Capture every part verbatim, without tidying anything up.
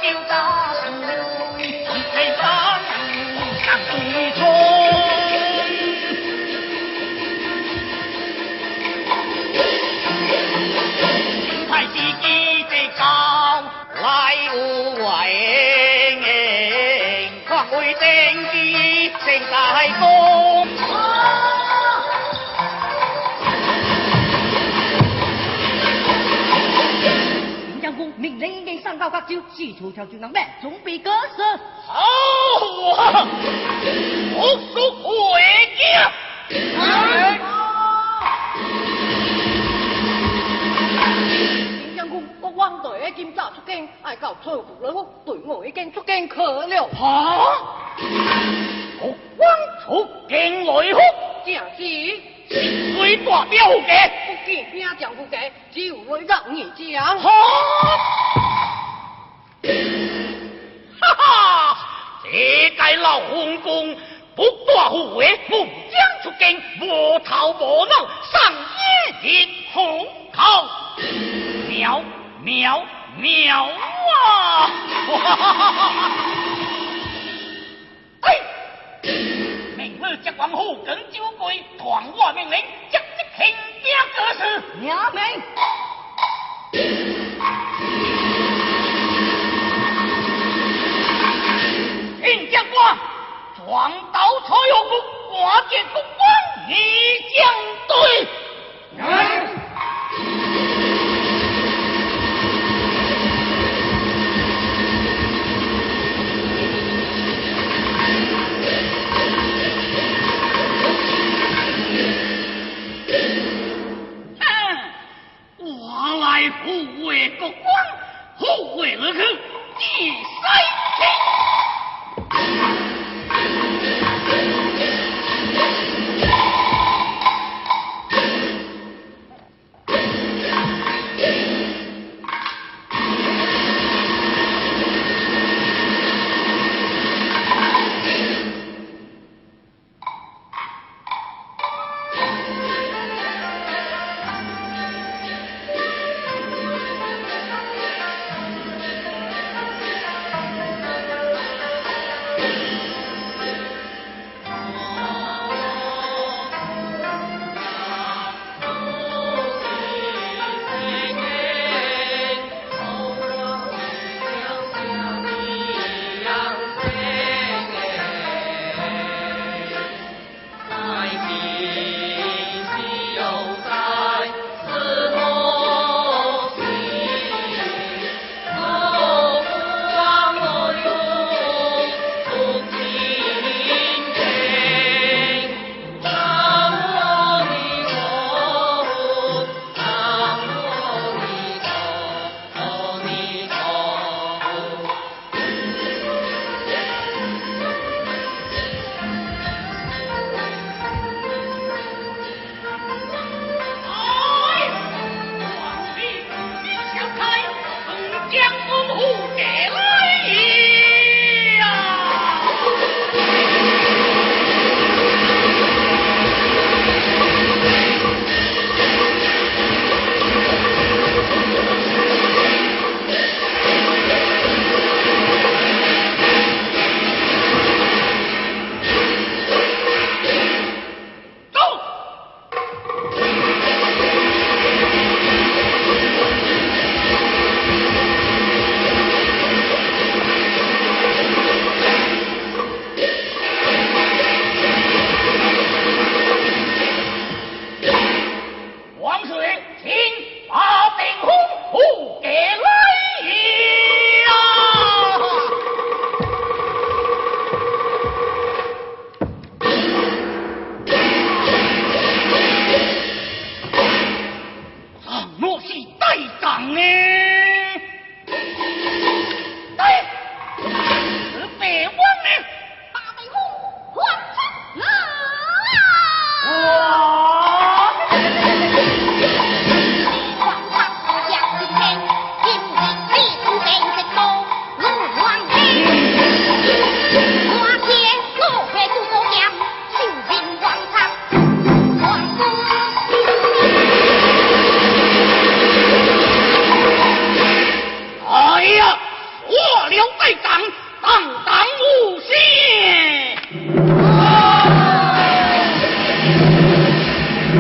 就打死你这张上一冲。金牌是记者高来无畏，况为正义正大功。命令已经上告各州，四处条就能办，总比割舍。好啊！我属回家。金将军，我往队今早出京，爱到错误人物，对我已经出京去了。哈！我往出京来福，正是。水大表嘅，不见边丈夫嘅，只有雷让你讲。哈！哈哈！这个老公公不大护卫，不将出京，无头无脑，上一日红口，妙妙妙啊！哈哈哈哈！哎！明日接王后跟酒柜，传我命令，将这卿家割死。娘命！请将官撞到蔡有谷，挂剑公关，你将对。嗯我来护卫国光，护卫而去，第三天。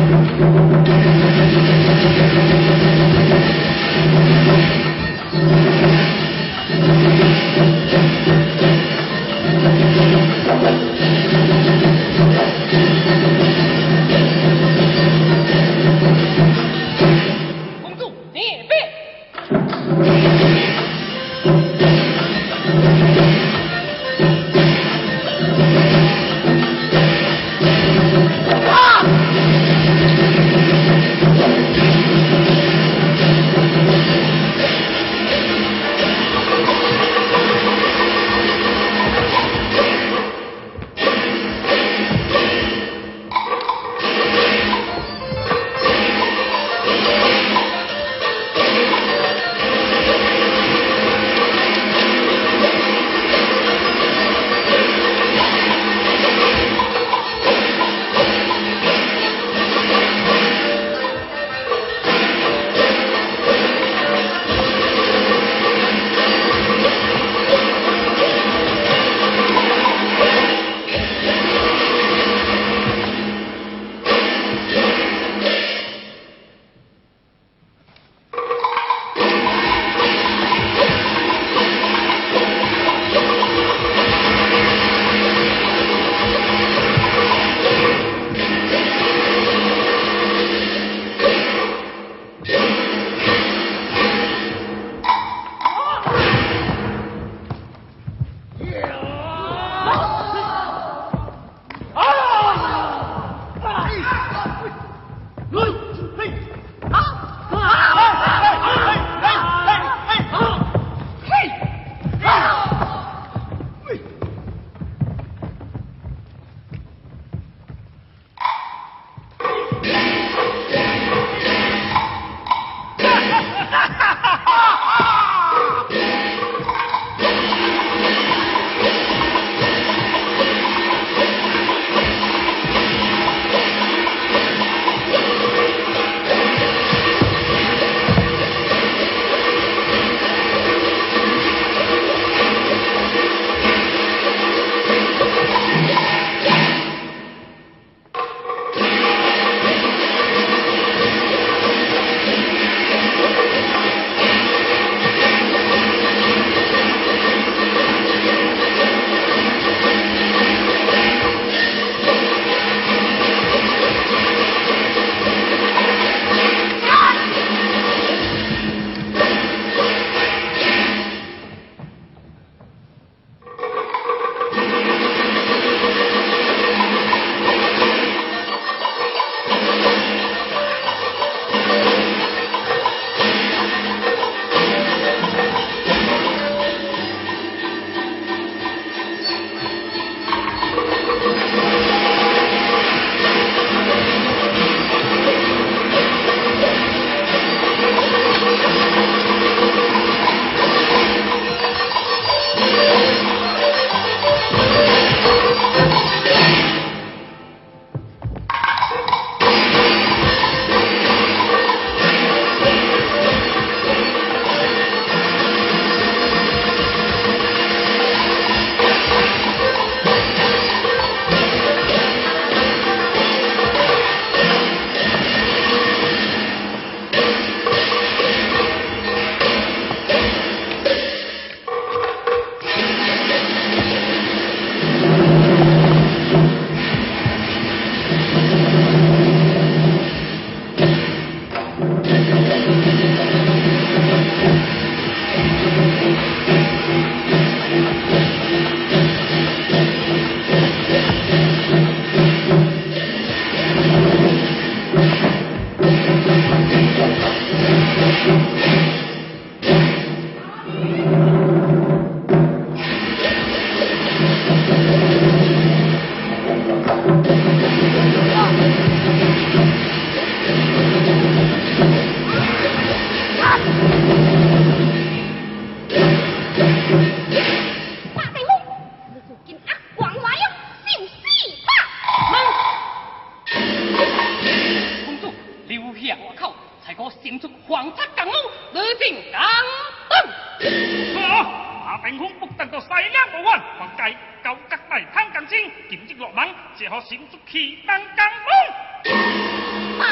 金金落网，只可先出去当江龙。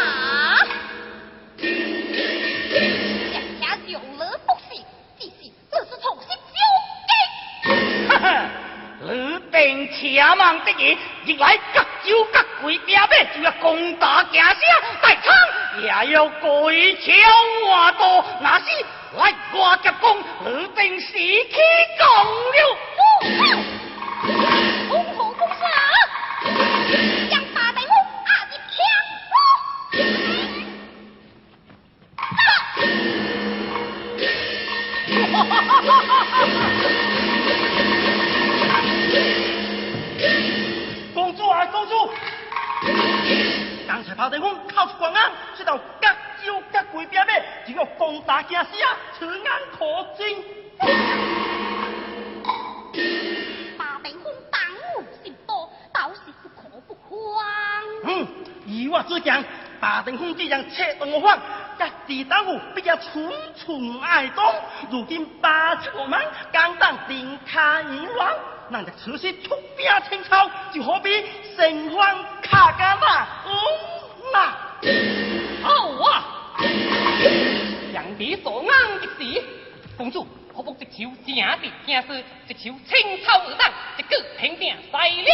且忙得意，入来各州各贵兵马就要攻打行声，大仓也要跪敲瓦道，那是来我急功，二定士气降了。 红红公司，将大大木压入枪公主啊，公主！刚才炮台风靠出关岸，这道各州各贵兵马就要攻打惊死啊，此岸可惊。 大大风当务甚多，倒是不可不慌。 嗯，以我之见，大大风这样切断我方，各地党务必要蠢蠢爱动。如今八七我们刚当定卡银乱。咱就此时出兵清操，就好比乘风卡干啦，嗯啦。 好啊！杨帝所安的是公主，可不直求正地正事，直求清操而当，一个平定赛量。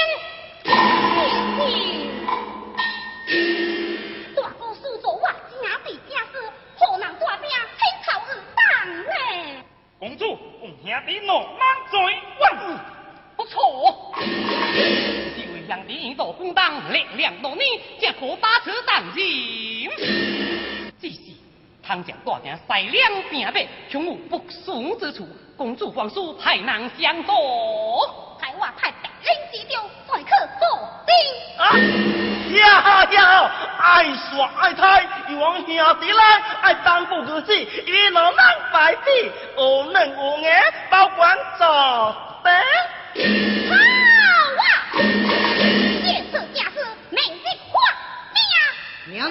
大哥叔做我正地正事，何能大兵清操而当呢？ 公主，用兄弟诺满嘴万。 不错，这位杨帝引导公当力量多年，正可把持当今。只是倘将大兵赛两兵马，恐有不顺之处，公主皇叔派人相助。 待我派白领之中，才可做定。 啊！呀呀！爱耍爱猜，又往兄弟来，爱担负自己，与老难摆地，无能无眼，保管做得。 好啊！这次架势，明日发命。 娘们，